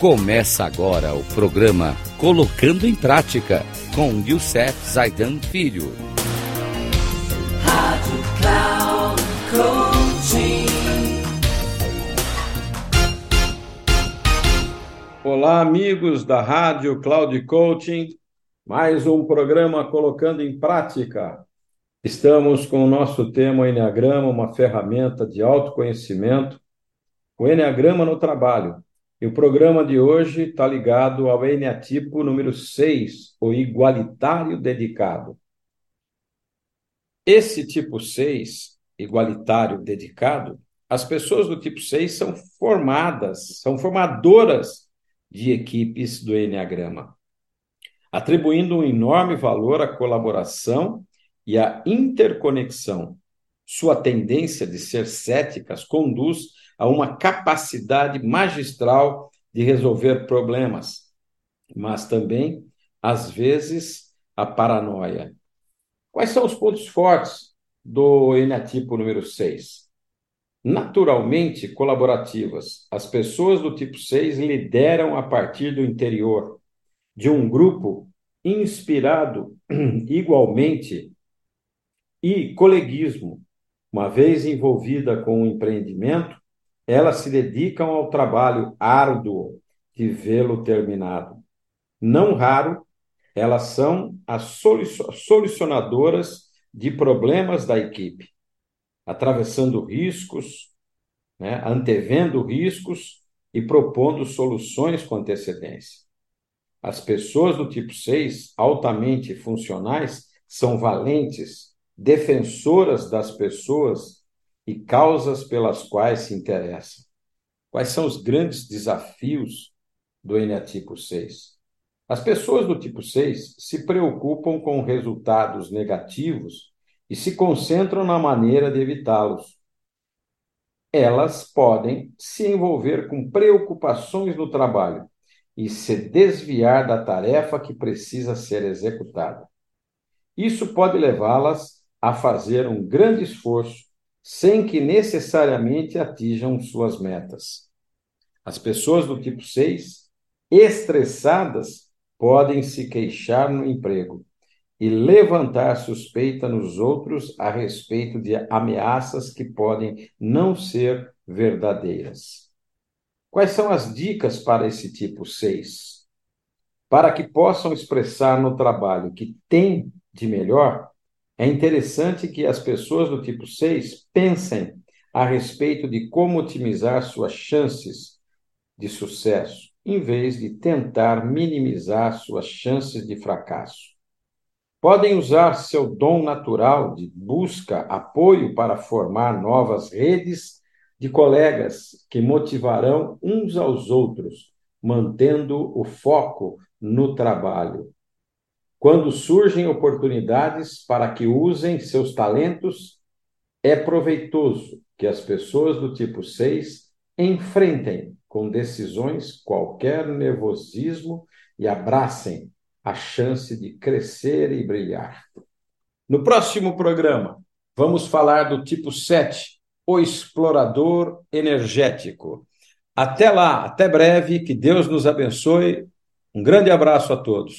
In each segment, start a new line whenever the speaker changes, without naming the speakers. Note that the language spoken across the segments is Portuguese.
Começa agora o programa Colocando em Prática, com Youssef Zaidan Filho.
Rádio Cloud Coaching. Olá, amigos da Rádio Cloud Coaching, mais um programa Colocando em Prática. Estamos com o nosso tema o Enneagrama, uma ferramenta de autoconhecimento, o Enneagrama no trabalho. E o programa de hoje está ligado ao Enneatipo número 6, o igualitário dedicado. Esse tipo 6, igualitário dedicado, as pessoas do tipo 6 são formadoras de equipes do Enneagrama, atribuindo um enorme valor à colaboração e à interconexão. Sua tendência de ser céticas conduz a uma capacidade magistral de resolver problemas, mas também, às vezes, a paranoia. Quais são os pontos fortes do Enneatipo número 6? Naturalmente colaborativas. As pessoas do tipo 6 lideram a partir do interior de um grupo inspirado igualmente e coleguismo. Uma vez envolvida com o empreendimento, elas se dedicam ao trabalho árduo de vê-lo terminado. Não raro, elas são as solucionadoras de problemas da equipe, atravessando riscos, antevendo riscos e propondo soluções com antecedência. As pessoas do tipo 6, altamente funcionais, são valentes, defensoras das pessoas e causas pelas quais se interessam. Quais são os grandes desafios do Enneatipo 6? As pessoas do tipo 6 se preocupam com resultados negativos e se concentram na maneira de evitá-los. Elas podem se envolver com preocupações no trabalho e se desviar da tarefa que precisa ser executada. Isso pode levá-las a fazer um grande esforço sem que necessariamente atinjam suas metas. As pessoas do tipo 6, estressadas, podem se queixar no emprego e levantar suspeita nos outros a respeito de ameaças que podem não ser verdadeiras. Quais são as dicas para esse tipo 6? Para que possam expressar no trabalho que tem de melhor, é interessante que as pessoas do tipo 6 pensem a respeito de como otimizar suas chances de sucesso, em vez de tentar minimizar suas chances de fracasso. Podem usar seu dom natural de busca, apoio para formar novas redes de colegas que motivarão uns aos outros, mantendo o foco no trabalho. Quando surgem oportunidades para que usem seus talentos, é proveitoso que as pessoas do tipo 6 enfrentem com decisões qualquer nervosismo e abracem a chance de crescer e brilhar. No próximo programa, vamos falar do tipo 7, o explorador energético. Até lá, até breve, que Deus nos abençoe. Um grande abraço a todos.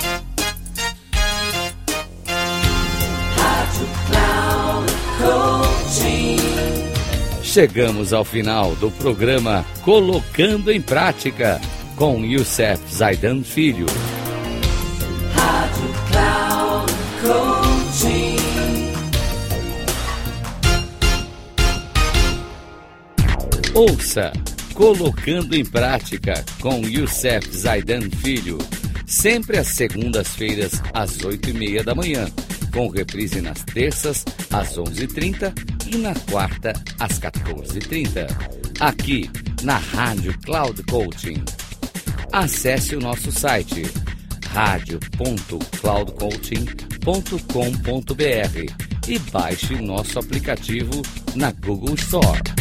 Chegamos ao final do programa Colocando em Prática, com Youssef Zaidan Filho.
Rádio Cloud
Coaching. Ouça Colocando em Prática, com Youssef Zaidan Filho, sempre às segundas-feiras, às 8h30 da manhã, com reprise nas terças, às 11h30 e na quarta, às 14h30, aqui na Rádio Cloud Coaching. Acesse o nosso site radio.cloudcoaching.com.br e baixe nosso aplicativo na Google Store.